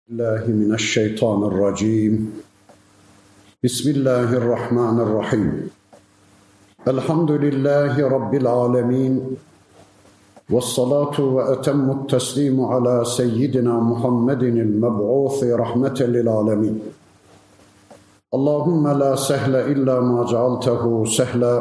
الله من الشيطان الرجيم. بسم الله الرحمن الرحيم. الحمد لله رب العالمين، والصلاة وأتم التسليم على سيدنا محمد المبعوث رحمة للعالمين. اللهم لا سهل إلا ما جعلته سهلا،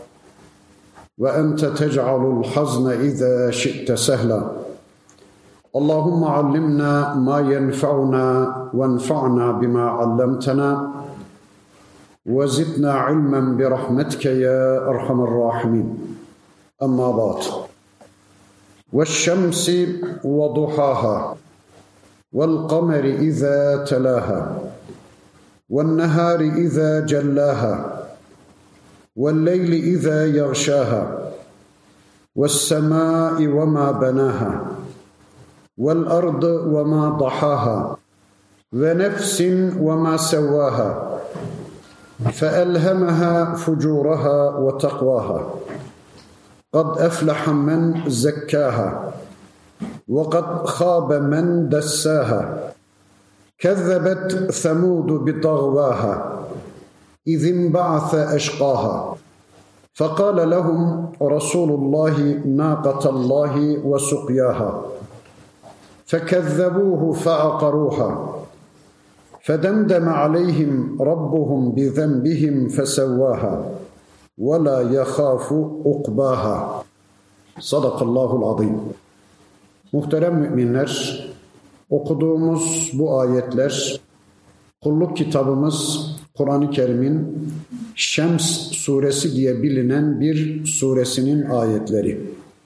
وأنت تجعل الحزن إذا شئت سهلا. اللهم علمنا ما ينفعنا وانفعنا بما علمتنا، وزدنا علما برحمتك يا أرحم الراحمين. أما بعد، والشمس وضحاها والقمر إذا تلاها والنهار إذا جلاها والليل إذا يغشاها والسماء وما بناها والأرض وما ضحاها ونفس وما سواها فألهمها فجورها وتقواها. قد أفلح من زكاها وقد خاب من دساها. كذبت ثمود بطغواها إذ انبعث أشقاها فقال لهم رسول الله ناقة الله وسقياها فكذبوه فعقروها فدمدم عليهم ربهم بذنبهم فسواها ولا يخاف عقباها. Sadakallahul azim. Muhterem müminler, okuduğumuz bu ayetler kulluk kitabımız Kur'an-ı Kerim'in Şems suresi diye bilinen bir suresinin ayetleri.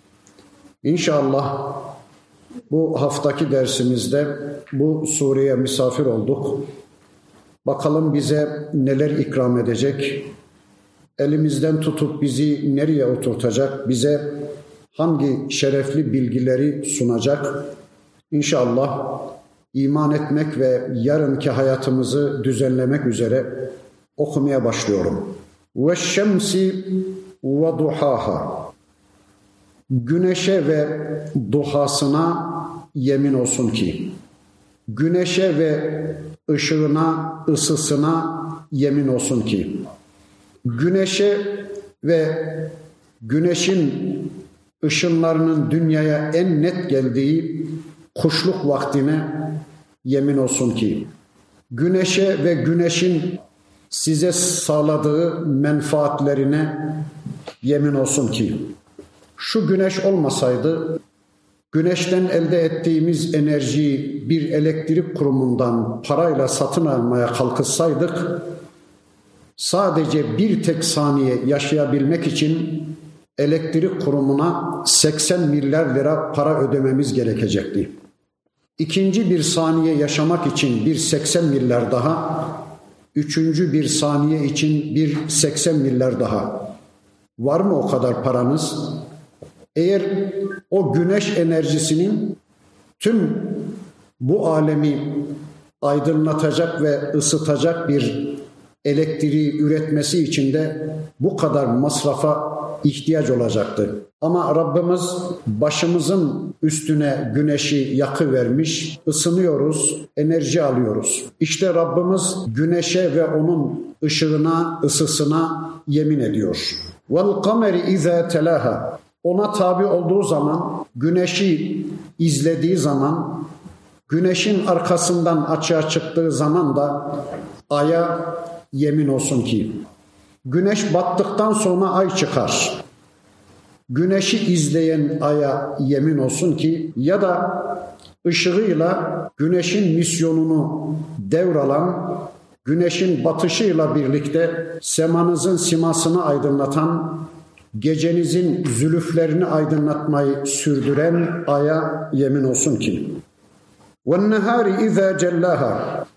İnşallah bu haftaki dersimizde bu sureye misafir olduk. Bakalım bize neler ikram edecek, elimizden tutup bizi nereye oturtacak, bize hangi şerefli bilgileri sunacak. İnşallah iman etmek ve yarınki hayatımızı düzenlemek üzere okumaya başlıyorum. وَالشَّمْسِ وَضُحَاهَا. Güneşe ve duhasına yemin olsun ki, güneşe ve ışığına, ısısına yemin olsun ki, güneşe ve güneşin ışınlarının dünyaya en net geldiği kuşluk vaktine yemin olsun ki, güneşe ve güneşin size sağladığı menfaatlerine yemin olsun ki, şu güneş olmasaydı, güneşten elde ettiğimiz enerjiyi bir elektrik kurumundan parayla satın almaya kalkışsaydık, sadece bir tek saniye yaşayabilmek için elektrik kurumuna 80 milyar lira para ödememiz gerekecekti. İkinci bir saniye yaşamak için bir 80 milyar daha, üçüncü bir saniye için bir 80 milyar daha. Var mı o kadar paranız? Eğer o güneş enerjisinin tüm bu alemi aydınlatacak ve ısıtacak bir elektriği üretmesi için de bu kadar masrafa ihtiyaç olacaktı. Ama Rabbimiz başımızın üstüne güneşi yakıvermiş, ısınıyoruz, enerji alıyoruz. İşte Rabbimiz güneşe ve onun ışığına, ısısına yemin ediyor. وَالْقَمَرِ اِذَا تَلَاهَا. Ona tabi olduğu zaman, güneşi izlediği zaman, güneşin arkasından açığa çıktığı zaman da aya yemin olsun ki, güneş battıktan sonra ay çıkar. Güneşi izleyen aya yemin olsun ki, ya da ışığıyla güneşin misyonunu devralan, güneşin batışıyla birlikte semanızın simasını aydınlatan, gecenizin zülüflerini aydınlatmayı sürdüren aya yemin olsun ki. وَالنَّهَارِ اِذَا جَلَّهَا.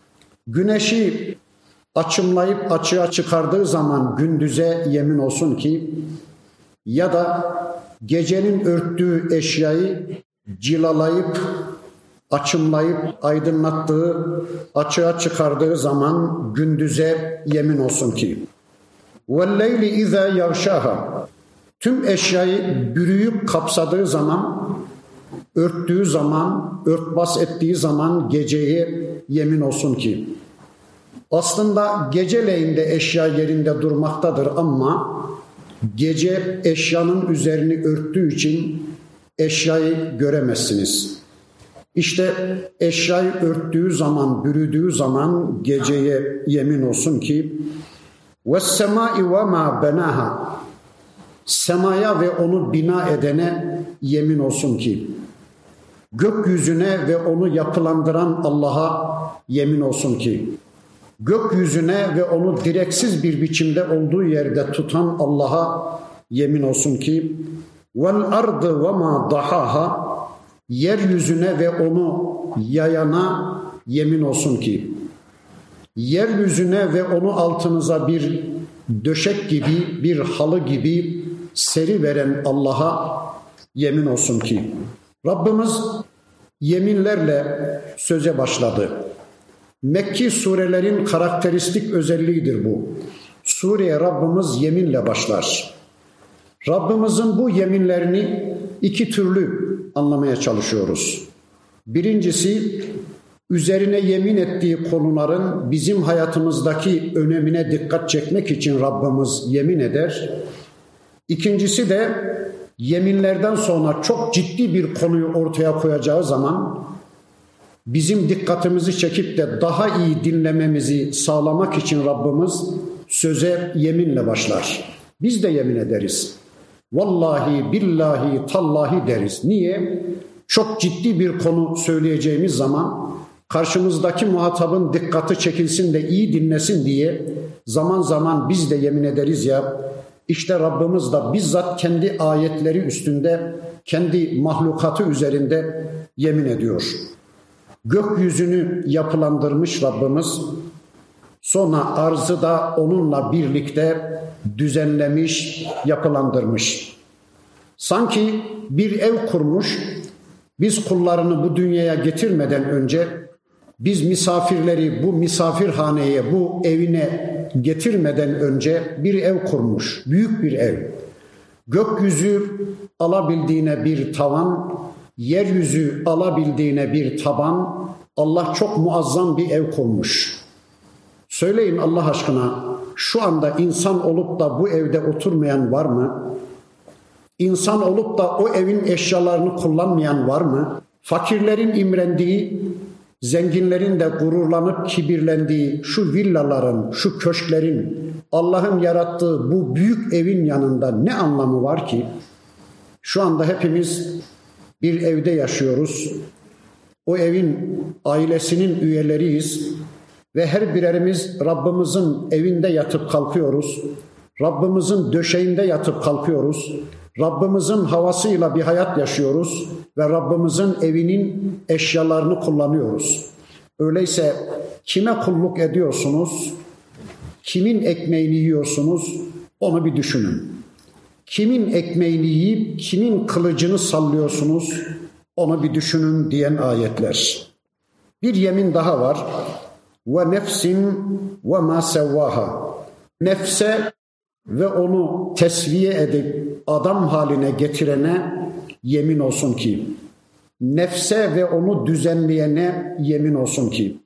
Güneşi açımlayıp açığa çıkardığı zaman gündüze yemin olsun ki, ya da gecenin örttüğü eşyayı cilalayıp, açımlayıp, aydınlattığı, açığa çıkardığı zaman gündüze yemin olsun ki. وَاللَّيْلِ اِذَا يَغْشَاهَا. Tüm eşyayı bürüyüp kapsadığı zaman örttüğü zaman, örtbas ettiği zaman geceye yemin olsun ki. Aslında geceleyin de eşya yerinde durmaktadır ama gece eşyanın üzerini örttüğü için eşyayı göremezsiniz. İşte eşyayı örttüğü zaman, bürüdüğü zaman geceye yemin olsun ki وَالسَّمَاءِ وَمَا بَنَاهَا semaya ve onu bina edene yemin olsun ki gökyüzüne ve onu yapılandıran Allah'a yemin olsun ki gökyüzüne ve onu direksiz bir biçimde olduğu yerde tutan Allah'a yemin olsun ki وَالْاَرْضِ وَمَا ضَحَاهَا yeryüzüne ve onu yayana yemin olsun ki yeryüzüne ve onu altınıza bir döşek gibi, bir halı gibi seri veren Allah'a yemin olsun ki. Rabbimiz yeminlerle söze başladı. Mekki surelerin karakteristik özelliğidir bu. Sureye Rabbimiz yeminle başlar. Rabbimizin bu yeminlerini iki türlü anlamaya çalışıyoruz. Birincisi, üzerine yemin ettiği konuların bizim hayatımızdaki önemine dikkat çekmek için Rabbimiz yemin eder. İkincisi de yeminlerden sonra çok ciddi bir konuyu ortaya koyacağı zaman bizim dikkatimizi çekip de daha iyi dinlememizi sağlamak için Rabbimiz söze yeminle başlar. Biz de yemin ederiz. Vallahi, billahi, tallahi deriz. Niye? Çok ciddi bir konu söyleyeceğimiz zaman karşımızdaki muhatabın dikkati çekilsin de iyi dinlesin diye zaman zaman biz de yemin ederiz ya. İşte Rabbimiz de bizzat kendi ayetleri üstünde, kendi mahlukatı üzerinde yemin ediyor. Gökyüzünü yapılandırmış Rabbimiz, sonra arzı da onunla birlikte düzenlemiş, yapılandırmış. Sanki bir ev kurmuş, biz kullarını bu dünyaya getirmeden önce, biz misafirleri bu misafirhaneye, bu evine getirmeden önce bir ev kurmuş, büyük bir ev. Gökyüzü alabildiğine bir tavan, yeryüzü alabildiğine bir taban, Allah çok muazzam bir ev kurmuş. Söyleyin Allah aşkına, şu anda insan olup da bu evde oturmayan var mı? İnsan olup da o evin eşyalarını kullanmayan var mı? Fakirlerin imrendiği, zenginlerin de gururlanıp kibirlendiği şu villaların, şu köşklerin, Allah'ın yarattığı bu büyük evin yanında ne anlamı var ki? Şu anda hepimiz bir evde yaşıyoruz. O evin ailesinin üyeleriyiz ve her birerimiz Rabbimizin evinde yatıp kalkıyoruz. Rabbimizin döşeğinde yatıp kalkıyoruz. Rabbimizin havasıyla bir hayat yaşıyoruz ve Rabbimizin evinin eşyalarını kullanıyoruz. Öyleyse kime kulluk ediyorsunuz? Kimin ekmeğini yiyorsunuz? Onu bir düşünün. Kimin ekmeğini yiyip kimin kılıcını sallıyorsunuz? Onu bir düşünün diyen ayetler. Bir yemin daha var. Ve nefsin ve ma sevvaha. Nefse ve onu tesviye edip adam haline getirene yemin olsun ki. Nefse ve onu düzenleyene yemin olsun ki.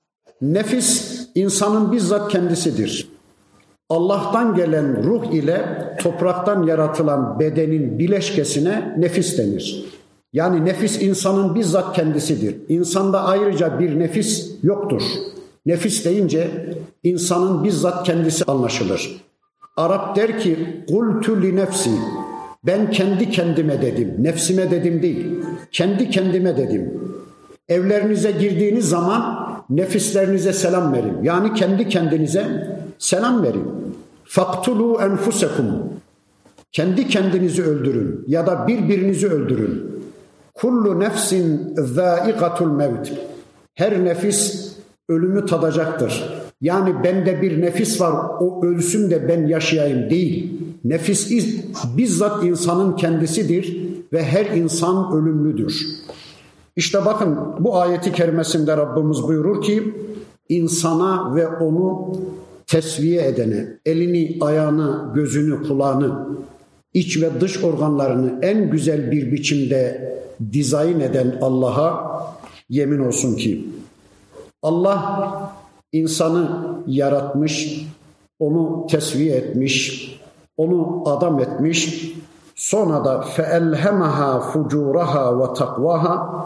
Nefis insanın bizzat kendisidir. Allah'tan gelen ruh ile topraktan yaratılan bedenin bileşkesine nefis denir. Yani nefis insanın bizzat kendisidir. İnsanda ayrıca bir nefis yoktur. Nefis deyince insanın bizzat kendisi anlaşılır. Arap der ki "Kultu li nefsi", ben kendi kendime dedim, nefsime dedim değil, kendi kendime dedim. Evlerinize girdiğiniz zaman nefislerinize selam verin. Yani kendi kendinize selam verin. Faktulu enfusekum, kendi kendinizi öldürün ya da birbirinizi öldürün. Kullu nefsin zâikatul mevt, her nefis ölümü tadacaktır. Yani bende bir nefis var, o ölsün de ben yaşayayım değil. Nefis bizzat insanın kendisidir ve her insan ölümlüdür. İşte bakın bu ayeti kerimesinde Rabbimiz buyurur ki insana ve onu tesviye edene, elini, ayağını, gözünü, kulağını, iç ve dış organlarını en güzel bir biçimde dizayn eden Allah'a yemin olsun ki Allah insanı yaratmış, onu tesviye etmiş, onu adam etmiş, sonra da فَاَلْهَمَهَا فُجُورَهَا وَتَقْوَاهَا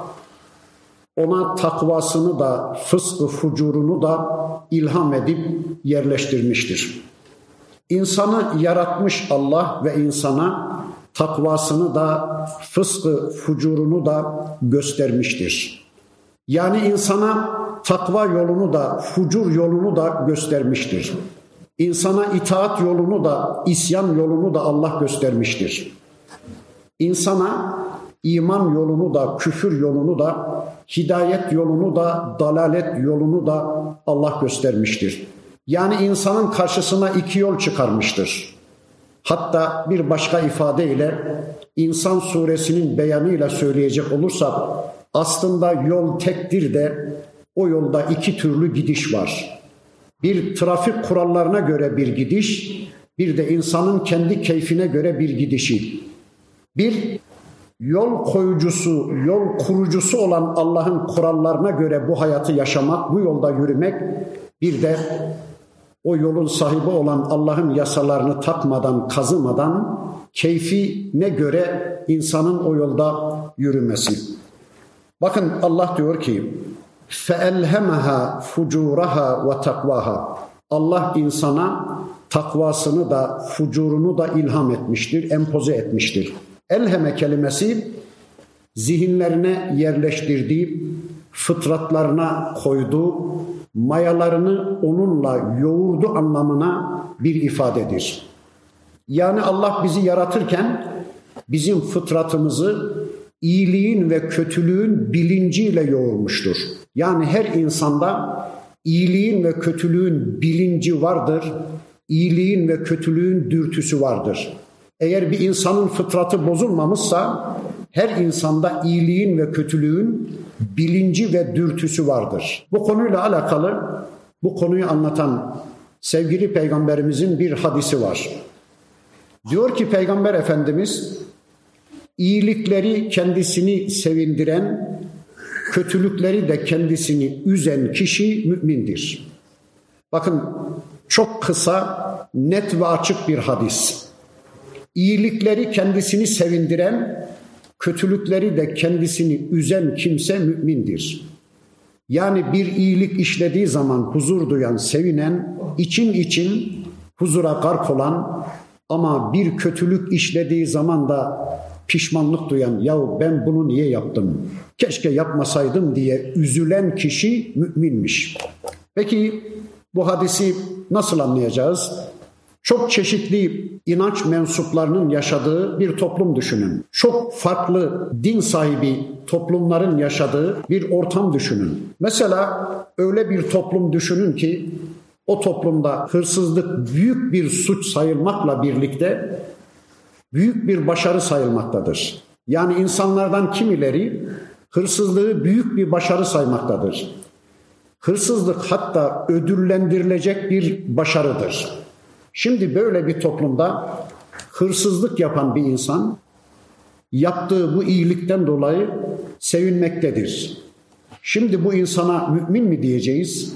ona takvasını da, fıskı fucurunu da ilham edip yerleştirmiştir. İnsanı yaratmış Allah ve insana takvasını da, fıskı fucurunu da göstermiştir. Yani insana takva yolunu da, fucur yolunu da göstermiştir. İnsana itaat yolunu da, isyan yolunu da Allah göstermiştir. İnsana iman yolunu da, küfür yolunu da, hidayet yolunu da, dalalet yolunu da Allah göstermiştir. Yani insanın karşısına iki yol çıkarmıştır. Hatta bir başka ifadeyle İnsan suresinin beyanıyla söyleyecek olursak aslında yol tektir de o yolda iki türlü gidiş var. Bir trafik kurallarına göre bir gidiş, bir de insanın kendi keyfine göre bir gidişi. Bir yol koyucusu, yol kurucusu olan Allah'ın kurallarına göre bu hayatı yaşamak, bu yolda yürümek, bir de o yolun sahibi olan Allah'ın yasalarını takmadan, kazımadan keyfine göre insanın o yolda yürümesi. Bakın Allah diyor ki فَاَلْهَمَهَا فُجُورَهَا وَتَقْوَاهَا Allah insana takvasını da, fucurunu da ilham etmiştir, empoze etmiştir. Elheme kelimesi zihinlerine yerleştirdiği, fıtratlarına koyduğu, mayalarını onunla yoğurdu anlamına bir ifadedir. Yani Allah bizi yaratırken bizim fıtratımızı iyiliğin ve kötülüğün bilinciyle yoğurmuştur. Yani her insanda iyiliğin ve kötülüğün bilinci vardır, iyiliğin ve kötülüğün dürtüsü vardır. Eğer bir insanın fıtratı bozulmamışsa her insanda iyiliğin ve kötülüğün bilinci ve dürtüsü vardır. Bu konuyla alakalı bu konuyu anlatan sevgili Peygamberimizin bir hadisi var. Diyor ki Peygamber Efendimiz iyilikleri kendisini sevindiren, kötülükleri de kendisini üzen kişi mümindir. Bakın çok kısa, net ve açık bir hadis. İyilikleri kendisini sevindiren, kötülükleri de kendisini üzen kimse mümindir. Yani bir iyilik işlediği zaman huzur duyan, sevinen, için huzura gark olan ama bir kötülük işlediği zaman da pişmanlık duyan, yahu ben bunu niye yaptım, keşke yapmasaydım diye üzülen kişi müminmiş. Peki bu hadisi nasıl anlayacağız? Çok çeşitli inanç mensuplarının yaşadığı bir toplum düşünün. Çok farklı din sahibi toplumların yaşadığı bir ortam düşünün. Mesela öyle bir toplum düşünün ki o toplumda hırsızlık büyük bir suç sayılmakla birlikte büyük bir başarı sayılmaktadır. Yani insanlardan kimileri hırsızlığı büyük bir başarı saymaktadır. Hırsızlık hatta ödüllendirilecek bir başarıdır. Şimdi böyle bir toplumda hırsızlık yapan bir insan yaptığı bu iyilikten dolayı sevinmektedir. Şimdi bu insana mümin mi diyeceğiz?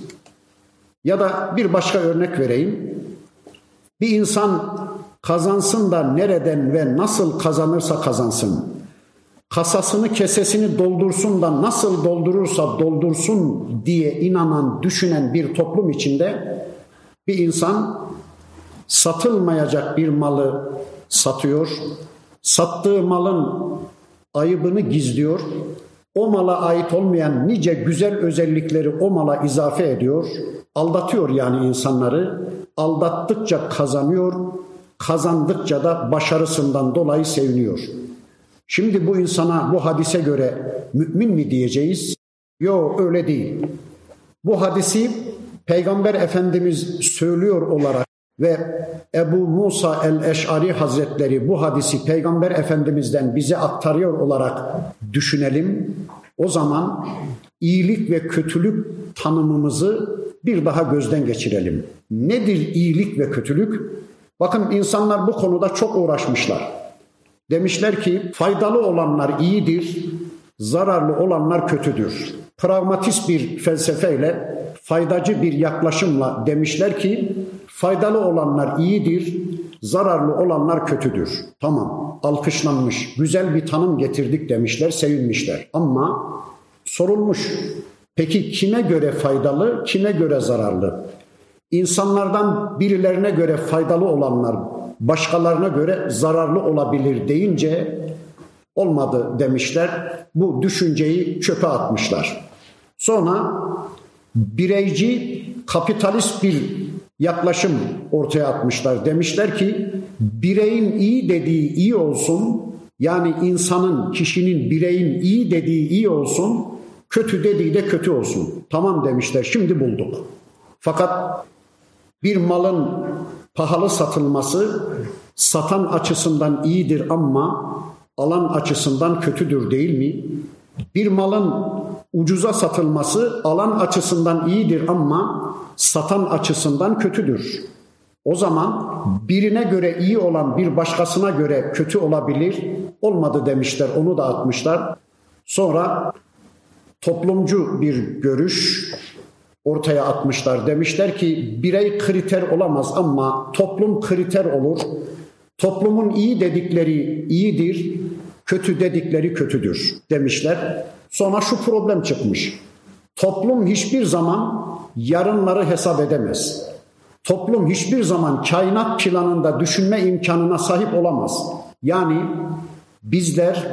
Ya da bir başka örnek vereyim. Bir insan kazansın da nereden ve nasıl kazanırsa kazansın. Kasasını kesesini doldursun da nasıl doldurursa doldursun diye inanan, düşünen bir toplum içinde bir insan satılmayacak bir malı satıyor, sattığı malın ayıbını gizliyor, o mala ait olmayan nice güzel özellikleri o mala izafe ediyor, aldatıyor yani insanları, aldattıkça kazanıyor, kazandıkça da başarısından dolayı seviniyor. Şimdi bu insana bu hadise göre mümin mi diyeceğiz? Yok, öyle değil. Bu hadisi Peygamber Efendimiz söylüyor olarak ve Ebu Musa el-Eş'ari Hazretleri bu hadisi Peygamber Efendimiz'den bize aktarıyor olarak düşünelim. O zaman iyilik ve kötülük tanımımızı bir daha gözden geçirelim. Nedir iyilik ve kötülük? Bakın insanlar bu konuda çok uğraşmışlar. Demişler ki faydalı olanlar iyidir, zararlı olanlar kötüdür. Pragmatist bir felsefeyle, faydacı bir yaklaşımla demişler ki faydalı olanlar iyidir, zararlı olanlar kötüdür. Tamam, alkışlanmış, güzel bir tanım getirdik demişler, sevinmişler. Ama sorulmuş, peki kime göre faydalı, kime göre zararlı? İnsanlardan birilerine göre faydalı olanlar başkalarına göre zararlı olabilir deyince olmadı demişler. Bu düşünceyi çöpe atmışlar. Sonra bireyci, kapitalist bir yaklaşım ortaya atmışlar. Demişler ki bireyin iyi dediği iyi olsun, yani insanın, kişinin, bireyin iyi dediği iyi olsun, kötü dediği de kötü olsun. Tamam demişler, şimdi bulduk. Fakat bir malın pahalı satılması satan açısından iyidir ama alan açısından kötüdür değil mi? Bir malın ucuza satılması alan açısından iyidir ama satan açısından kötüdür. O zaman birine göre iyi olan bir başkasına göre kötü olabilir. Olmadı demişler, onu da atmışlar. Sonra toplumcu bir görüş ortaya atmışlar. Demişler ki birey kriter olamaz ama toplum kriter olur. Toplumun iyi dedikleri iyidir, kötü dedikleri kötüdür demişler. Sonra şu problem çıkmış. Toplum hiçbir zaman yarınları hesap edemez. Toplum hiçbir zaman kainat planında düşünme imkanına sahip olamaz. Yani bizler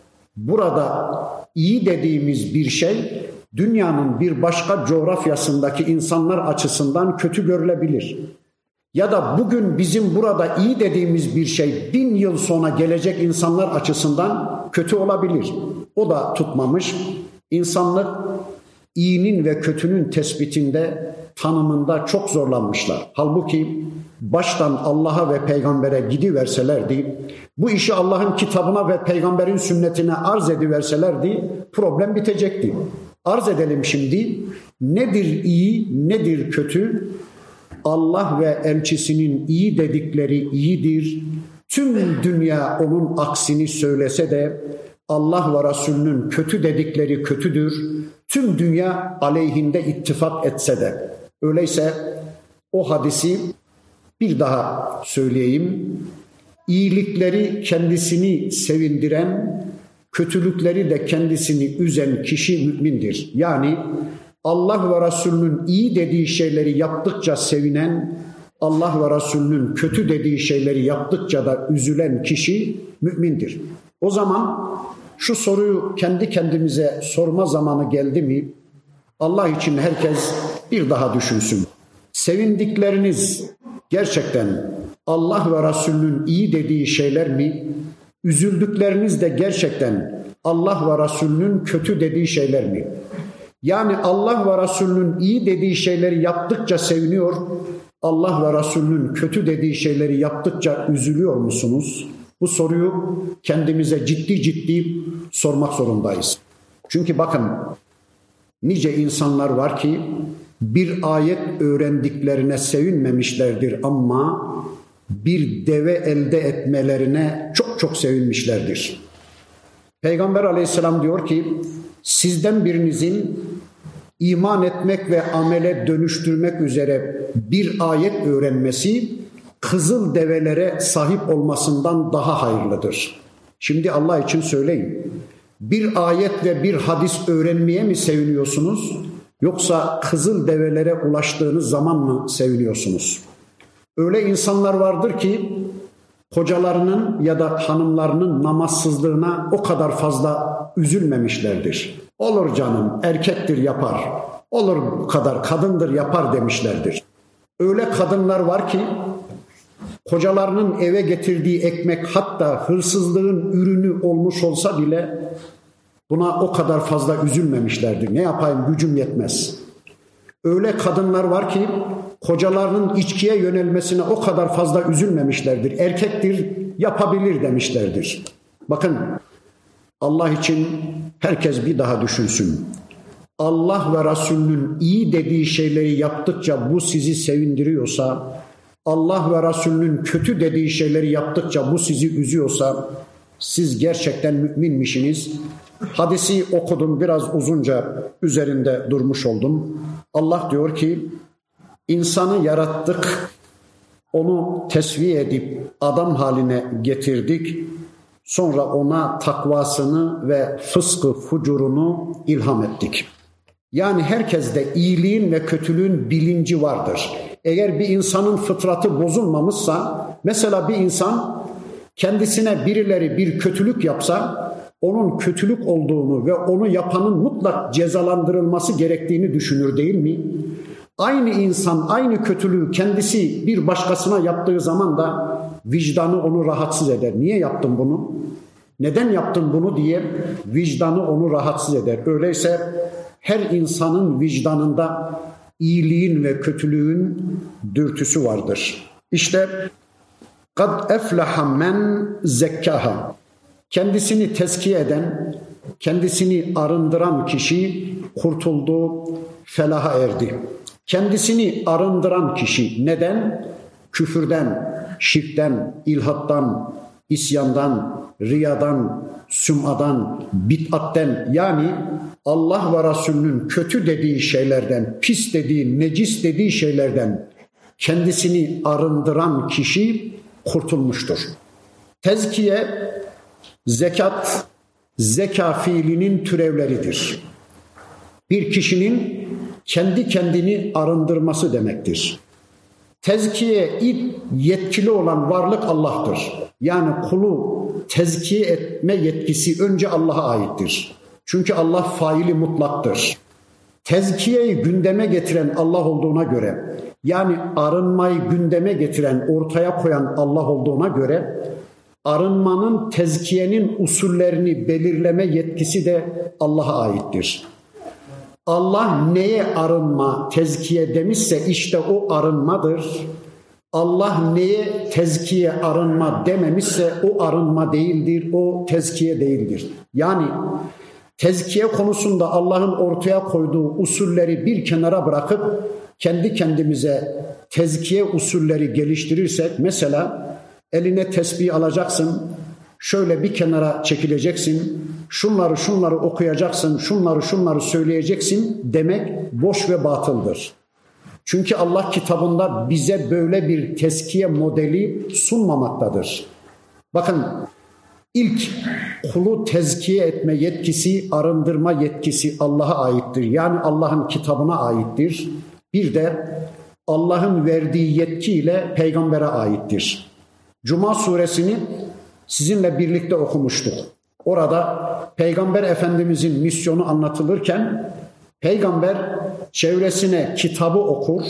burada iyi dediğimiz bir şey dünyanın bir başka coğrafyasındaki insanlar açısından kötü görülebilir. Ya da bugün bizim burada iyi dediğimiz bir şey 1000 yıl sonra gelecek insanlar açısından kötü olabilir. O da tutmamış. İnsanlık iyinin ve kötünün tespitinde, tanımında çok zorlanmışlar. Halbuki baştan Allah'a ve peygambere gidiverselerdi, bu işi Allah'ın kitabına ve peygamberin sünnetine arz ediverselerdi, problem bitecekti. Arz edelim şimdi. Nedir iyi, nedir kötü? Allah ve elçisinin iyi dedikleri iyidir. Tüm dünya onun aksini söylese de Allah ve Resulünün kötü dedikleri kötüdür. Tüm dünya aleyhinde ittifak etse de. Öyleyse o hadisi bir daha söyleyeyim. İyilikleri kendisini sevindiren, kötülükleri de kendisini üzen kişi mümindir. Yani Allah ve Resulünün iyi dediği şeyleri yaptıkça sevinen, Allah ve Resulünün kötü dediği şeyleri yaptıkça da üzülen kişi mümindir. O zaman şu soruyu kendi kendimize sorma zamanı geldi mi? Allah için herkes bir daha düşünsün. Sevindikleriniz gerçekten Allah ve Resulünün iyi dediği şeyler mi? Üzüldükleriniz de gerçekten Allah ve Resulünün kötü dediği şeyler mi? Yani Allah ve Resulünün iyi dediği şeyleri yaptıkça seviniyor, Allah ve Resulünün kötü dediği şeyleri yaptıkça üzülüyor musunuz? Bu soruyu kendimize ciddi ciddi sormak zorundayız. Çünkü bakın, nice insanlar var ki bir ayet öğrendiklerine sevinmemişlerdir ama bir deve elde etmelerine çok çok sevinmişlerdir. Peygamber Aleyhisselam diyor ki, sizden birinizin iman etmek ve amele dönüştürmek üzere bir ayet öğrenmesi kızıl develere sahip olmasından daha hayırlıdır. Şimdi Allah için söyleyin. Bir ayet ve bir hadis öğrenmeye mi seviniyorsunuz? Yoksa kızıl develere ulaştığınız zaman mı seviniyorsunuz? Öyle insanlar vardır ki kocalarının ya da hanımlarının namazsızlığına o kadar fazla üzülmemişlerdir. Olur canım, erkektir yapar. Olur bu kadar, kadındır yapar demişlerdir. Öyle kadınlar var ki kocalarının eve getirdiği ekmek hatta hırsızlığın ürünü olmuş olsa bile buna o kadar fazla üzülmemişlerdir. Ne yapayım, gücüm yetmez. Öyle kadınlar var ki kocalarının içkiye yönelmesine o kadar fazla üzülmemişlerdir. Erkektir, yapabilir demişlerdir. Bakın, Allah için herkes bir daha düşünsün. Allah ve Resulünün iyi dediği şeyleri yaptıkça bu sizi sevindiriyorsa, Allah ve Resulünün kötü dediği şeyleri yaptıkça bu sizi üzüyorsa, siz gerçekten müminmişsiniz. Hadisi okudum, biraz uzunca üzerinde durmuş oldum. Allah diyor ki, insanı yarattık, onu tesviye edip adam haline getirdik. Sonra ona takvasını ve fıskı fucurunu ilham ettik. Yani herkeste iyiliğin ve kötülüğün bilinci vardır. Eğer bir insanın fıtratı bozulmamışsa, mesela bir insan kendisine birileri bir kötülük yapsa, onun kötülük olduğunu ve onu yapanın mutlak cezalandırılması gerektiğini düşünür, değil mi? Aynı insan aynı kötülüğü kendisi bir başkasına yaptığı zaman da vicdanı onu rahatsız eder. Niye yaptın bunu? Neden yaptın bunu diye vicdanı onu rahatsız eder. Öyleyse her insanın vicdanında iyiliğin ve kötülüğün dürtüsü vardır. İşte kad eflaha men zekkaha. Kendisini tezkiye eden, kendisini arındıran kişi kurtuldu, felaha erdi. Kendisini arındıran kişi neden? Küfürden, şirkten, ilhattan, isyandan, riyadan, sümadan, bid'atten, yani Allah ve Resulünün kötü dediği şeylerden, pis dediği, necis dediği şeylerden kendisini arındıran kişi kurtulmuştur. Tezkiye, zekat, zeka fiilinin türevleridir. Bir kişinin kendi kendini arındırması demektir. Tezkiye ilk yetkili olan varlık Allah'tır. Yani kulu tezkiye etme yetkisi önce Allah'a aittir. Çünkü Allah faili mutlaktır. Tezkiyeyi gündeme getiren Allah olduğuna göre, yani arınmayı gündeme getiren, ortaya koyan Allah olduğuna göre, arınmanın, tezkiyenin usullerini belirleme yetkisi de Allah'a aittir. Allah neye arınma, tezkiye demişse işte o arınmadır. Allah neye tezkiye, arınma dememişse o arınma değildir, o tezkiye değildir. Yani tezkiye konusunda Allah'ın ortaya koyduğu usulleri bir kenara bırakıp kendi kendimize tezkiye usulleri geliştirirsek, mesela eline tesbih alacaksın, şöyle bir kenara çekileceksin, şunları okuyacaksın, şunları söyleyeceksin demek boş ve batıldır. Çünkü Allah kitabında bize böyle bir tezkiye modeli sunmamaktadır. Bakın, ilk kulu tezkiye etme yetkisi, arındırma yetkisi Allah'a aittir. Yani Allah'ın kitabına aittir. Bir de Allah'ın verdiği yetkiyle peygambere aittir. Cuma suresini sizinle birlikte okumuştuk. Orada Peygamber Efendimizin misyonu anlatılırken peygamber çevresine kitabı okur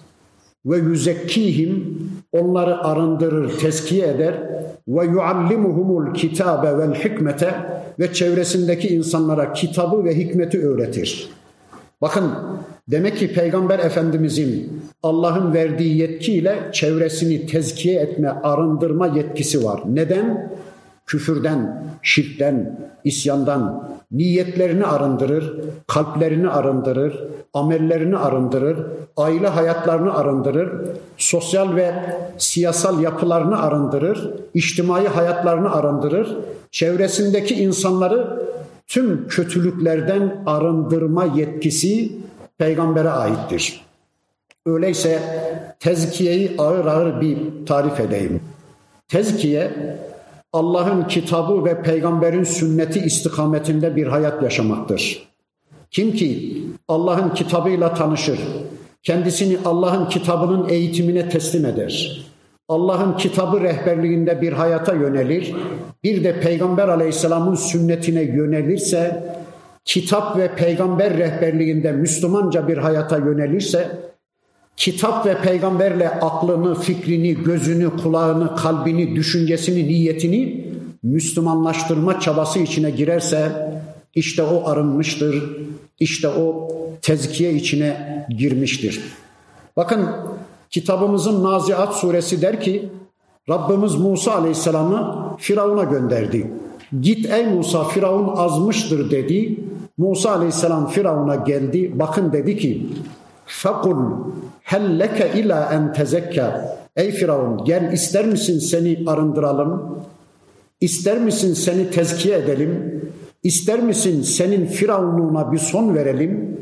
ve yüzekkihim, onları arındırır, tezkiye eder ve yuallimuhumul kitabe vel hikmete, ve çevresindeki insanlara kitabı ve hikmeti öğretir. Bakın, demek ki Peygamber Efendimizin Allah'ın verdiği yetkiyle çevresini tezkiye etme, arındırma yetkisi var. Neden? Küfürden, şirkten, isyandan niyetlerini arındırır, kalplerini arındırır, amellerini arındırır, aile hayatlarını arındırır, sosyal ve siyasal yapılarını arındırır, içtimai hayatlarını arındırır, çevresindeki insanları tüm kötülüklerden arındırma yetkisi peygambere aittir. Öyleyse tezkiyeyi ağır ağır bir tarif edeyim. Tezkiye, Allah'ın kitabı ve peygamberin sünneti istikametinde bir hayat yaşamaktır. Kim ki Allah'ın kitabıyla tanışır, kendisini Allah'ın kitabının eğitimine teslim eder, Allah'ın kitabı rehberliğinde bir hayata yönelir, bir de Peygamber Aleyhisselam'ın sünnetine yönelirse, kitap ve peygamber rehberliğinde Müslümanca bir hayata yönelirse, kitap ve peygamberle aklını, fikrini, gözünü, kulağını, kalbini, düşüncesini, niyetini Müslümanlaştırma çabası içine girerse, işte o arınmıştır, işte o tezkiye içine girmiştir. Bakın, kitabımızın Naziat suresi der ki, Rabbimiz Musa Aleyhisselam'ı Firavun'a gönderdi. Git ey Musa, Firavun azmıştır dedi. Musa Aleyhisselam Firavun'a geldi. Bakın dedi ki, فَقُلْ هَلْ لَكَ اِلَى اَنْ تَزَكَّى. Ey Firavun, gel, ister misin seni arındıralım? İster misin seni tezkiye edelim? İster misin senin firavunluğuna bir son verelim?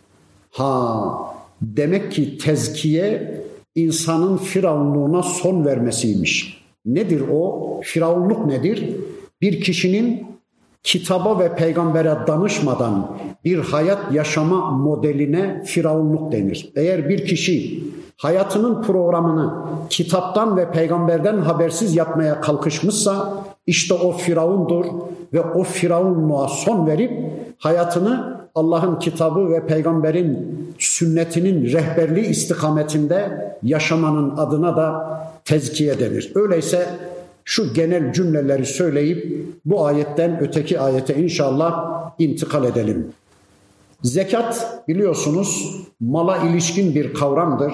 Demek ki tezkiye insanın firavunluğuna son vermesiymiş. Nedir o? Firavunluk nedir? Bir kişinin kitaba ve peygambere danışmadan bir hayat yaşama modeline firavunluk denir. Eğer bir kişi hayatının programını kitaptan ve peygamberden habersiz yapmaya kalkışmışsa işte o firavundur ve o firavunluğa son verip hayatını Allah'ın kitabı ve peygamberin sünnetinin rehberliği istikametinde yaşamanın adına da tezkiye denir. Öyleyse şu genel cümleleri söyleyip bu ayetten öteki ayete inşallah intikal edelim. Zekat biliyorsunuz mala ilişkin bir kavramdır.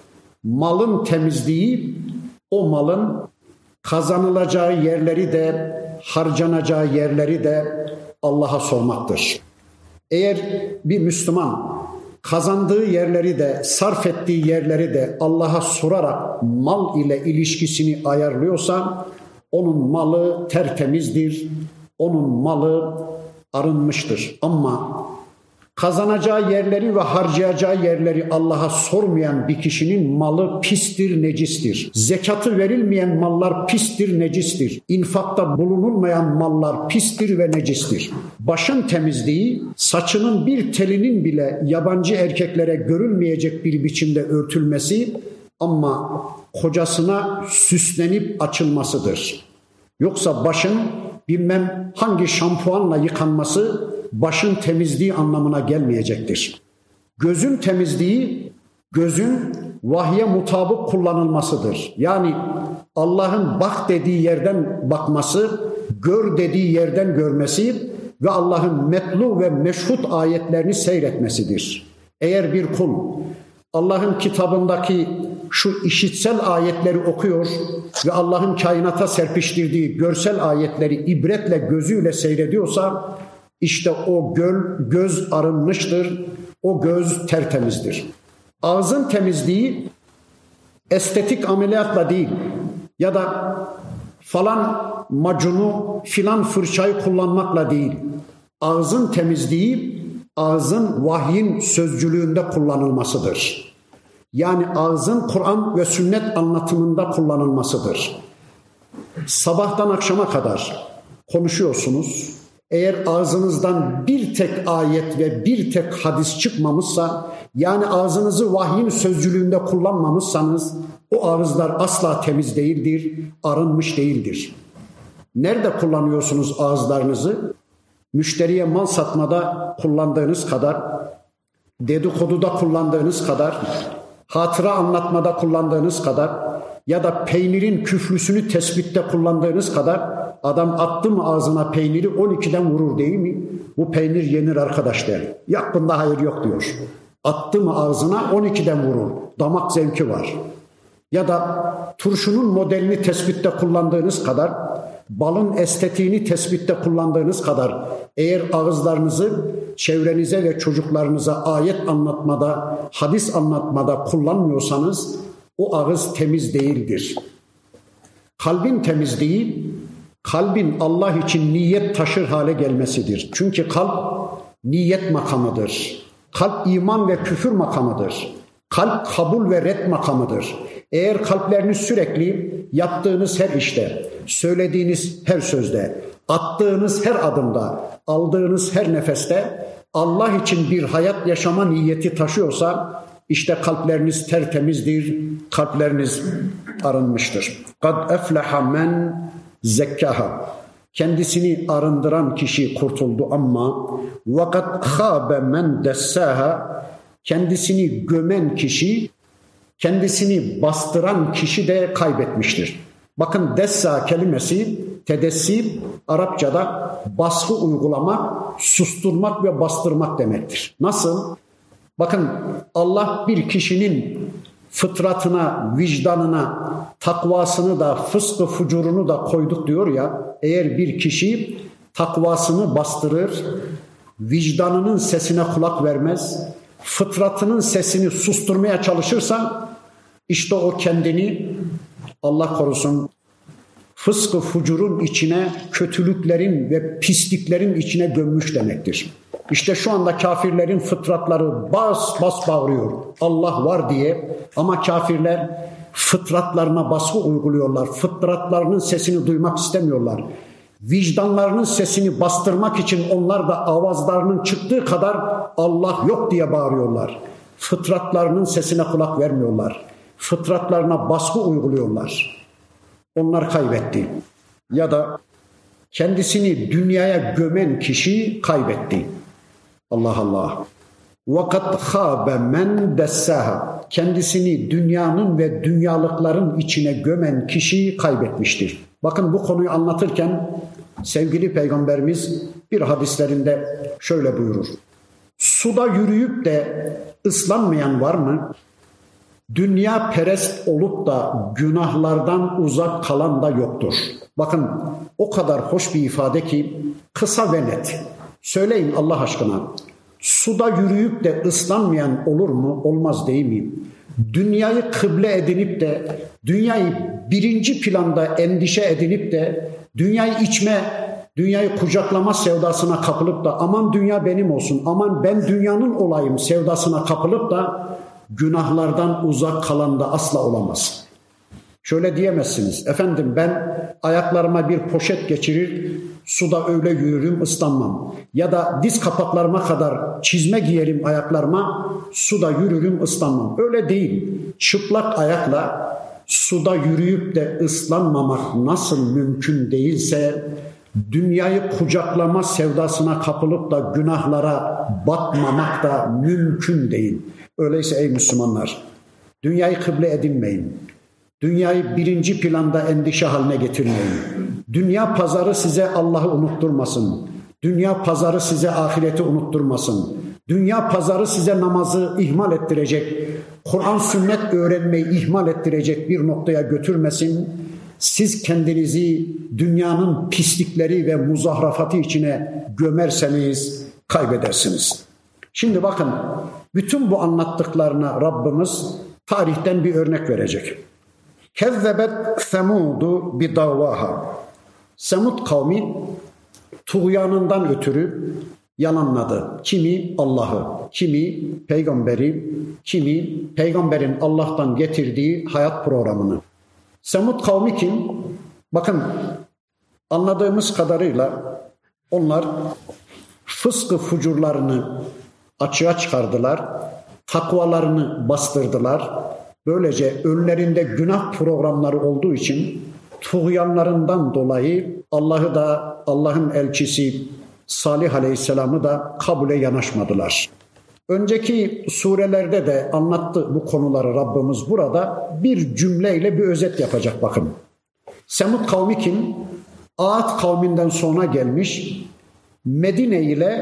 Malın temizliği o malın kazanılacağı yerleri de harcanacağı yerleri de Allah'a sormaktır. Eğer bir Müslüman kazandığı yerleri de sarf ettiği yerleri de Allah'a sorarak mal ile ilişkisini ayarlıyorsa onun malı tertemizdir, onun malı arınmıştır. Ama kazanacağı yerleri ve harcayacağı yerleri Allah'a sormayan bir kişinin malı pistir, necistir. Zekatı verilmeyen mallar pistir, necistir. İnfakta bulunulmayan mallar pistir ve necistir. Başın temizliği, saçının bir telinin bile yabancı erkeklere görülmeyecek bir biçimde örtülmesi ama kocasına süslenip açılmasıdır. Yoksa başın bilmem hangi şampuanla yıkanması başın temizliği anlamına gelmeyecektir. Gözün temizliği, gözün vahye mutabık kullanılmasıdır. Yani Allah'ın bak dediği yerden bakması, gör dediği yerden görmesi ve Allah'ın metlu ve meşhut ayetlerini seyretmesidir. Eğer bir kul Allah'ın kitabındaki şu işitsel ayetleri okuyor ve Allah'ın kainata serpiştirdiği görsel ayetleri ibretle gözüyle seyrediyorsa işte o göz arınmıştır, o göz tertemizdir. Ağzın temizliği estetik ameliyatla değil ya da falan macunu filan fırçayı kullanmakla değil. Ağzın temizliği ağzın vahyin sözcülüğünde kullanılmasıdır. Yani ağzın Kur'an ve sünnet anlatımında kullanılmasıdır. Sabahtan akşama kadar konuşuyorsunuz. Eğer ağzınızdan bir tek ayet ve bir tek hadis çıkmamışsa, yani ağzınızı vahyin sözcülüğünde kullanmamışsanız o ağızlar asla temiz değildir, arınmış değildir. Nerede kullanıyorsunuz ağızlarınızı? Müşteriye mal satmada kullandığınız kadar, dedikoduda kullandığınız kadar, hatıra anlatmada kullandığınız kadar ya da peynirin küflüsünü tespitte kullandığınız kadar adam attı mı ağzına peyniri 12'den vurur değil mi? Bu peynir yenir arkadaş der. Yok bunda hayır yok diyor. Attı mı ağzına 12'den vurur. Damak zevki var. Ya da turşunun modelini tespitte kullandığınız kadar, balın estetiğini tespitte kullandığınız kadar eğer ağızlarınızı çevrenize ve çocuklarınıza ayet anlatmada, hadis anlatmada kullanmıyorsanız o ağız temiz değildir. Kalbin temizliği, kalbin Allah için niyet taşır hale gelmesidir. Çünkü kalp niyet makamıdır. Kalp iman ve küfür makamıdır. Kalp kabul ve red makamıdır. Eğer kalpleriniz sürekli yaptığınız her işte, söylediğiniz her sözde, attığınız her adımda, aldığınız her nefeste Allah için bir hayat yaşama niyeti taşıyorsa işte kalpleriniz tertemizdir, kalpleriniz arınmıştır. قَدْ اَفْلَحَ مَنْ زَكَّهَا Kendisini arındıran kişi kurtuldu ama وَقَدْ خَابَ مَنْ دَسَّاهَا Kendisini gömen kişi, kendisini bastıran kişi de kaybetmiştir. Bakın dessa kelimesi tedessi Arapçada baskı uygulamak, susturmak ve bastırmak demektir. Nasıl? Bakın Allah bir kişinin fıtratına, vicdanına, takvasını da, fıskı fucurunu da koyduk diyor ya. Eğer bir kişi takvasını bastırır, vicdanının sesine kulak vermez, fıtratının sesini susturmaya çalışırsa işte o kendini Allah korusun fıskı fucurun içine, kötülüklerin ve pisliklerin içine gömmüş demektir. İşte şu anda kafirlerin fıtratları bas bas bağırıyor Allah var diye, ama kafirler fıtratlarına baskı uyguluyorlar. Fıtratlarının sesini duymak istemiyorlar. Vicdanlarının sesini bastırmak için onlar da avazlarının çıktığı kadar Allah yok diye bağırıyorlar. Fıtratlarının sesine kulak vermiyorlar. Fıtratlarına baskı uyguluyorlar. Onlar kaybetti. Ya da kendisini dünyaya gömen kişi kaybetti. Allah Allah. وَقَدْ خَابَ مَنْ دَسَّاهَا. Kendisini dünyanın ve dünyalıkların içine gömen kişi kaybetmiştir. Bakın bu konuyu anlatırken sevgili Peygamberimiz bir hadislerinde şöyle buyurur. Suda yürüyüp de ıslanmayan var mı? Dünya perest olup da günahlardan uzak kalan da yoktur. Bakın o kadar hoş bir ifade ki kısa ve net. Söyleyin Allah aşkına. Suda yürüyüp de ıslanmayan olur mu? Olmaz değil mi? Dünyayı kıble edinip de, dünyayı birinci planda endişe edinip de, dünyayı içme, dünyayı kucaklama sevdasına kapılıp da aman dünya benim olsun, aman ben dünyanın olayım sevdasına kapılıp da günahlardan uzak kalan da asla olamaz. Şöyle diyemezsiniz. Efendim ben ayaklarıma bir poşet geçirir, suda öyle yürürüm, ıslanmam. Ya da diz kapaklarıma kadar çizme giyerim ayaklarıma, suda yürürüm, ıslanmam. Öyle değil. Çıplak ayakla suda yürüyüp de ıslanmamak nasıl mümkün değilse, dünyayı kucaklama sevdasına kapılıp da günahlara batmamak da mümkün değil. Öyleyse ey Müslümanlar, dünyayı kıble edinmeyin. Dünyayı birinci planda endişe haline getirmeyin. Dünya pazarı size Allah'ı unutturmasın. Dünya pazarı size ahireti unutturmasın. Dünya pazarı size namazı ihmal ettirecek, Kur'an sünnet öğrenmeyi ihmal ettirecek bir noktaya götürmesin. Siz kendinizi dünyanın pislikleri ve muzahrafatı içine gömerseniz kaybedersiniz. Şimdi bakın, bütün bu anlattıklarına Rabbimiz tarihten bir örnek verecek. Kezzebet Semudu bidavaha. Semud kavmi tuğyanından ötürü yalanladı. Kimi Allah'ı, kimi peygamberi, kimi peygamberin Allah'tan getirdiği hayat programını. Semud kavmi kim? Bakın anladığımız kadarıyla onlar fıskı fucurlarını açığa çıkardılar, takvalarını bastırdılar. Böylece önlerinde günah programları olduğu için tuğyanlarından dolayı Allah'ı da Allah'ın elçisi Salih Aleyhisselam'ı da kabule yanaşmadılar. Önceki surelerde de anlattı bu konuları Rabbimiz, burada bir cümleyle bir özet yapacak bakın. Semud kavmi kim? Ağat kavminden sonra gelmiş, Medine ile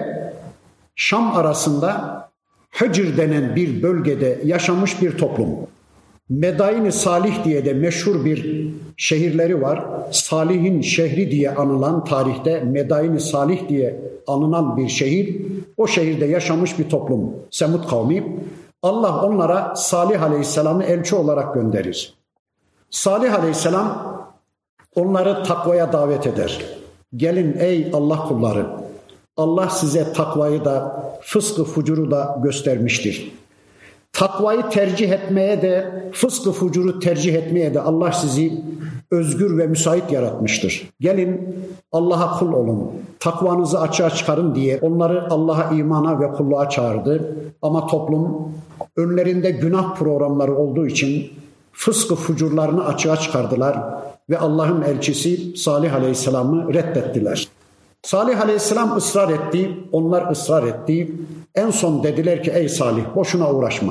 Şam arasında Hicr denen bir bölgede yaşamış bir toplum. Medain-i Salih diye de meşhur bir şehirleri var. Salih'in şehri diye anılan, tarihte Medain-i Salih diye anılan bir şehir. O şehirde yaşamış bir toplum. Semud kavmi. Allah onlara Salih Aleyhisselam'ı elçi olarak gönderir. Salih Aleyhisselam onları takvaya davet eder. Gelin ey Allah kulları, Allah size takvayı da fıskı fucuru da göstermiştir. Takvayı tercih etmeye de, fıskı fucuru tercih etmeye de Allah sizi özgür ve müsait yaratmıştır. Gelin Allah'a kul olun, takvanızı açığa çıkarın diye onları Allah'a imana ve kulluğa çağırdı. Ama toplum önlerinde günah programları olduğu için fıskı fucurlarını açığa çıkardılar ve Allah'ın elçisi Salih Aleyhisselam'ı reddettiler. Salih Aleyhisselam ısrar etti, onlar ısrar etti. En son dediler ki ey Salih boşuna uğraşma.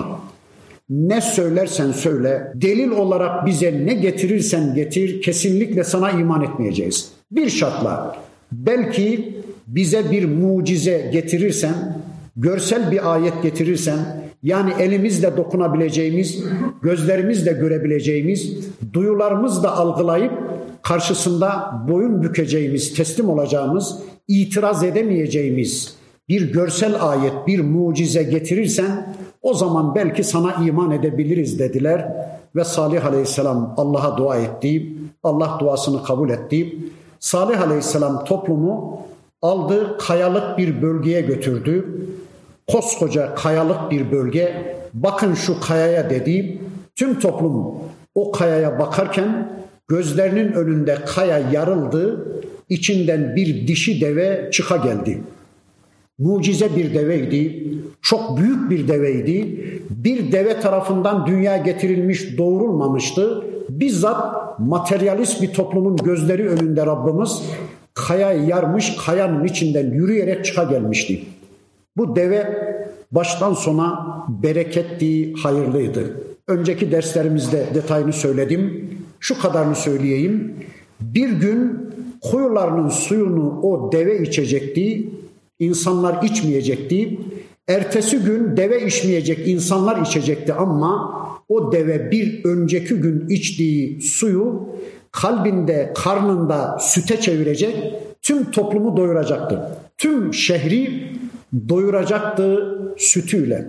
Ne söylersen söyle, delil olarak bize ne getirirsen getir, kesinlikle sana iman etmeyeceğiz. Bir şartla, belki bize bir mucize getirirsen, görsel bir ayet getirirsen, yani elimizle dokunabileceğimiz, gözlerimizle görebileceğimiz, duyularımızla algılayıp karşısında boyun bükeceğimiz, teslim olacağımız, itiraz edemeyeceğimiz bir görsel ayet, bir mucize getirirsen O zaman belki sana iman edebiliriz dediler ve Salih Aleyhisselam Allah'a dua etti. Allah duasını kabul etti. Salih Aleyhisselam toplumu aldı, kayalık bir bölgeye götürdü. Koskoca kayalık bir bölge. Bakın şu kayaya dedi. Tüm toplum o kayaya bakarken gözlerinin önünde kaya yarıldı. İçinden bir dişi deve çıka geldi. Mucize bir deveydi. Çok büyük bir deveydi. Bir deve tarafından dünyaya getirilmiş, doğurulmamıştı. Bizzat materyalist bir toplumun gözleri önünde Rabbimiz kayayı yarmış, kayanın içinden yürüyerek çıka gelmişti. Bu deve baştan sona bereketli, hayırlıydı. Önceki derslerimizde detayını söyledim. Şu kadarını söyleyeyim. Bir gün kuyularının suyunu o deve içecekti. İnsanlar içmeyecekti. Ertesi gün deve içmeyecek, insanlar içecekti ama o deve bir önceki gün içtiği suyu kalbinde, karnında süte çevirecek, tüm toplumu doyuracaktı. Tüm şehri doyuracaktı sütüyle.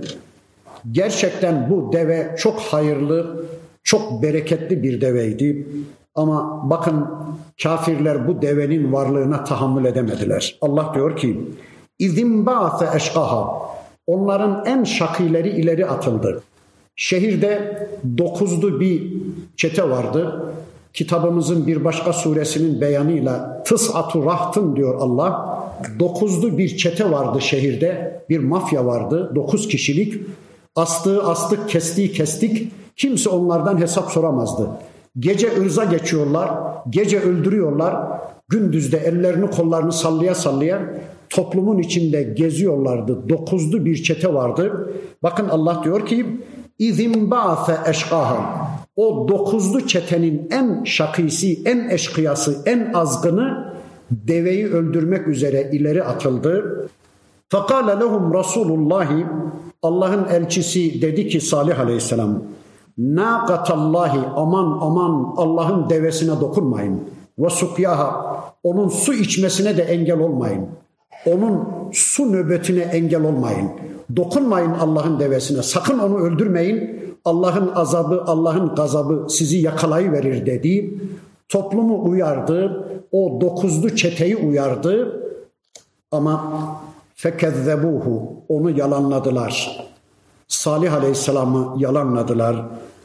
Gerçekten bu deve çok hayırlı, çok bereketli bir deveydi. Ama bakın kafirler bu devenin varlığına tahammül edemediler. Allah diyor ki İzin ba'se eşkaha. Onların en şakileri ileri atıldı. Şehirde 9'lu bir çete vardı. Kitabımızın bir başka suresinin beyanıyla tıs'atu rahtın diyor Allah. 9'lu bir çete vardı şehirde. Bir mafya vardı. 9 kişilik. Astığı astık, kestiği kestik. Kimse onlardan hesap soramazdı. Gece ırza geçiyorlar. Gece öldürüyorlar. Gündüzde ellerini kollarını sallaya sallaya toplumun içinde geziyorlardı. 9'lu bir çete vardı. Bakın Allah diyor ki İzin ba'se eşkaha. O 9'lu çetenin en şakisi, en eşkıyası, en azgını deveyi öldürmek üzere ileri atıldı. Fekale lehum Resulullahi, Allah'ın elçisi dedi ki Salih Aleyhisselam, Nâkatallahi, aman aman Allah'ın devesine dokunmayın. Ve sukyaha, onun su içmesine de engel olmayın. Onun su nöbetine engel olmayın. Dokunmayın Allah'ın devesine. Sakın onu öldürmeyin. Allah'ın azabı, Allah'ın gazabı sizi yakalayıverir dedi. Toplumu uyardı. O 9'lu çeteyi uyardı. Ama fekezzebuhu, onu yalanladılar. Salih Aleyhisselam'ı yalanladılar.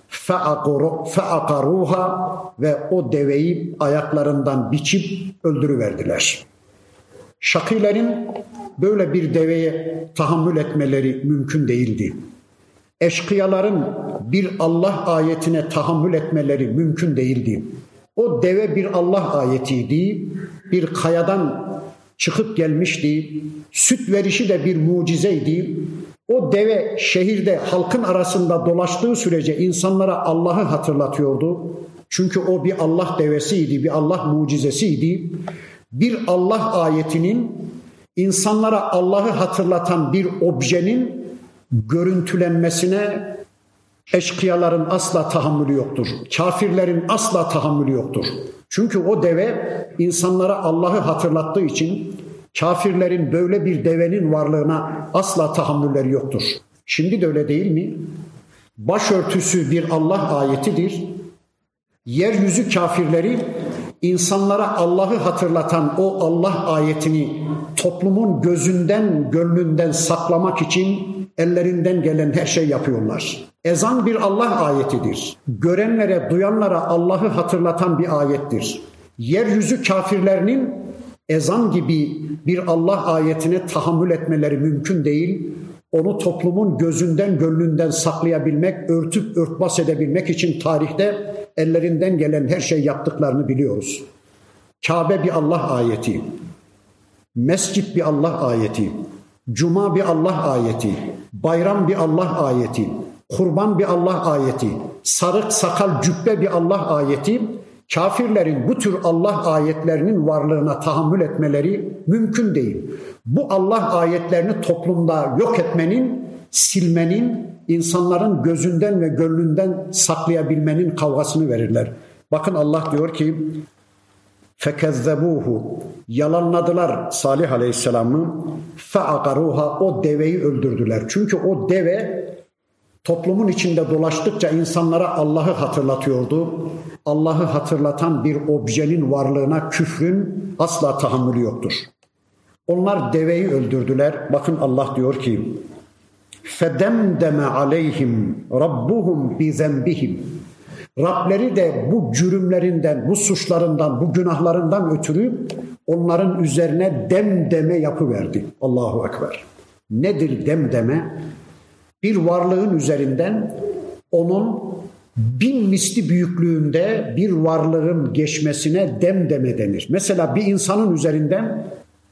Feakaruha, ve o deveyi ayaklarından biçip öldürüverdiler. Şakilerin böyle bir deveye tahammül etmeleri mümkün değildi. Eşkıyaların bir Allah ayetine tahammül etmeleri mümkün değildi. O deve bir Allah ayetiydi. Bir kayadan çıkıp gelmişti. Süt verişi de bir mucizeydi. O deve şehirde halkın arasında dolaştığı sürece insanlara Allah'ı hatırlatıyordu. Çünkü o bir Allah devesiydi, bir Allah mucizesiydi. Bir Allah ayetinin, insanlara Allah'ı hatırlatan bir objenin görüntülenmesine eşkıyaların asla tahammülü yoktur. Kafirlerin asla tahammülü yoktur. Çünkü o deve insanlara Allah'ı hatırlattığı için kafirlerin böyle bir devenin varlığına asla tahammülleri yoktur. Şimdi de öyle değil mi? Başörtüsü bir Allah ayetidir. Yeryüzü kafirleri insanlara Allah'ı hatırlatan o Allah ayetini toplumun gözünden, gönlünden saklamak için ellerinden gelen her şey yapıyorlar. Ezan bir Allah ayetidir. Görenlere, duyanlara Allah'ı hatırlatan bir ayettir. Yeryüzü kafirlerinin ezan gibi bir Allah ayetine tahammül etmeleri mümkün değil. Onu toplumun gözünden, gönlünden saklayabilmek, örtüp örtbas edebilmek için tarihte ellerinden gelen her şey yaptıklarını biliyoruz. Kabe bir Allah ayeti, mescit bir Allah ayeti, cuma bir Allah ayeti, bayram bir Allah ayeti, kurban bir Allah ayeti, sarık sakal cübbe bir Allah ayeti. Kafirlerin bu tür Allah ayetlerinin varlığına tahammül etmeleri mümkün değil. Bu Allah ayetlerini toplumda yok etmenin, silmenin, insanların gözünden ve gönlünden saklayabilmenin kavgasını verirler. Bakın Allah diyor ki fekezzebuhu, yalanladılar Salih Aleyhisselam'ı, feakaruha, o deveyi öldürdüler. Çünkü o deve Toplumun içinde dolaştıkça insanlara Allah'ı hatırlatıyordu. Allah'ı hatırlatan bir objenin varlığına küfrün asla tahammülü yoktur. Onlar deveyi öldürdüler. Bakın Allah diyor ki: فَدَمْدَمَ عَلَيْهِمْ رَبُّهُمْ بِذَنْبِهِمْ. Rableri de bu cürümlerinden, bu suçlarından, bu günahlarından ötürü onların üzerine demdeme yapıverdi. Allahu Ekber. Nedir demdeme? Bir varlığın üzerinden onun 1000 misli büyüklüğünde bir varlığın geçmesine demdeme denir. Mesela bir insanın üzerinden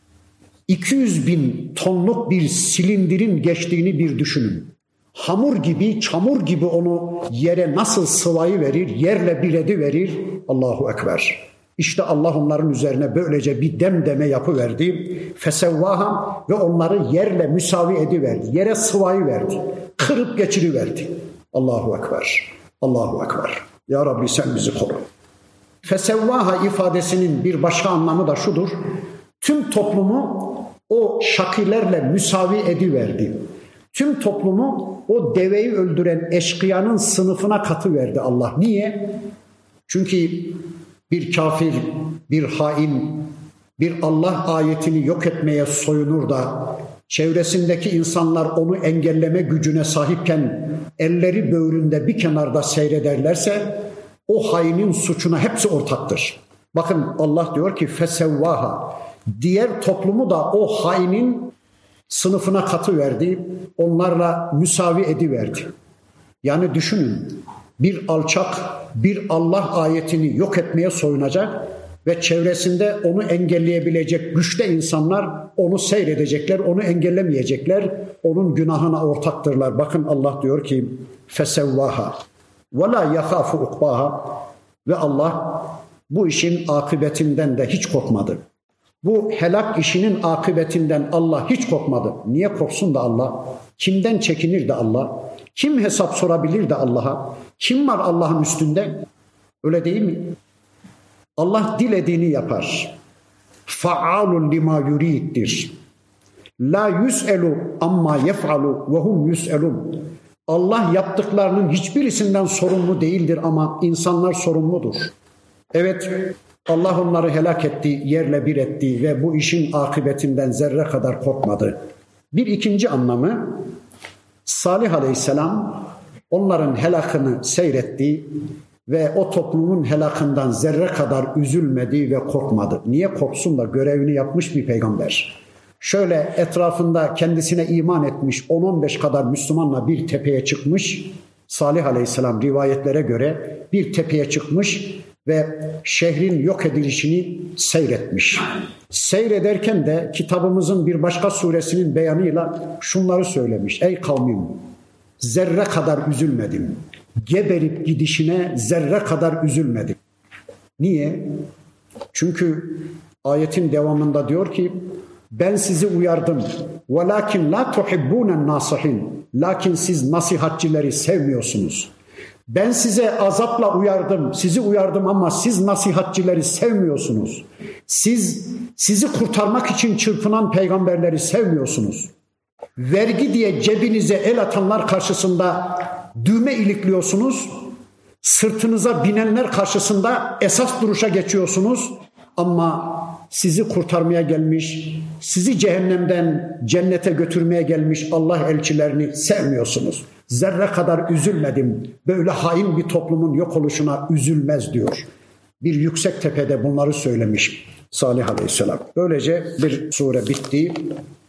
200.000 tonluk bir silindirin geçtiğini bir düşünün. Hamur gibi, çamur gibi onu yere nasıl sıvayıverir, yerle bir ediverir. Allahu Ekber. İşte Allah onların üzerine böylece bir demdeme yapıverdi. Fesevvaha, ve onları yerle müsavi ediverdi. Yere sıvayıverdi. Kırıp geçiriverdi. Allahu Ekber. Allahu Ekber. Ya Rabbi sen bizi koru. Fesevvaha ifadesinin bir başka anlamı da şudur: tüm toplumu o şakilerle müsavi ediverdi. Tüm toplumu o deveyi öldüren eşkıyanın sınıfına katıverdi Allah. Niye? Çünkü bir kafir, bir hain, bir Allah ayetini yok etmeye soyunur da çevresindeki insanlar onu engelleme gücüne sahipken elleri böğründe bir kenarda seyrederlerse o hainin suçuna hepsi ortaktır. Bakın Allah diyor ki fesevvaha, diğer toplumu da o hainin sınıfına katıverdi, onlarla müsavi ediverdi. Yani düşünün, bir alçak bir Allah ayetini yok etmeye soyunacak ve çevresinde onu engelleyebilecek güçte insanlar onu seyredecekler, onu engellemeyecekler, onun günahına ortaktırlar. Bakın Allah diyor ki fesevvaha ve la yakhafu ukbaha, ve Allah bu işin akıbetinden de hiç korkmadı. Bu helak işinin akıbetinden Allah hiç korkmadı. Niye korksun da Allah? Kimden çekinir de Allah? Kim hesap sorabilir de Allah'a? Kim var Allah'ın üstünde? Öyle değil mi? Allah dilediğini yapar. Fa'alun lima yuriddir. La yus'elu amma yef'alu ve hum yus'elun. Allah yaptıklarının hiçbirisinden sorumlu değildir ama insanlar sorumludur. Evet, Allah onları helak etti, yerle bir etti ve bu işin akıbetinden zerre kadar korkmadı. Bir ikinci anlamı, Salih Aleyhisselam onların helakını seyretti ve o toplumun helakından zerre kadar üzülmedi ve korkmadı. Niye korksun da, görevini yapmış bir peygamber. Şöyle etrafında kendisine iman etmiş 10-15 kadar Müslümanla bir tepeye çıkmış. Salih Aleyhisselam rivayetlere göre bir tepeye çıkmış ve şehrin yok edilişini seyretmiş. Seyrederken de kitabımızın bir başka suresinin beyanıyla şunları söylemiş: ey kavmim, zerre kadar üzülmedim. Geberip gidişine zerre kadar üzülmedim. Niye? Çünkü ayetin devamında diyor ki ben sizi uyardım. وَلَكِنْ لَا تُحِبُّونَ النَّاصِحِينَ. Lakin siz nasihatçileri sevmiyorsunuz. Ben size azapla uyardım, sizi uyardım ama siz nasihatçileri sevmiyorsunuz. Sizi kurtarmak için çırpınan peygamberleri sevmiyorsunuz. Vergi diye cebinize el atanlar karşısında düğme ilikliyorsunuz. Sırtınıza binenler karşısında esas duruşa geçiyorsunuz. Ama sizi kurtarmaya gelmiş, sizi cehennemden cennete götürmeye gelmiş Allah elçilerini sevmiyorsunuz. Zerre kadar üzülmedim. Böyle hain bir toplumun yok oluşuna üzülmez diyor. Bir yüksek tepede bunları söylemiş Salih Aleyhisselam. Böylece bir sure bitti.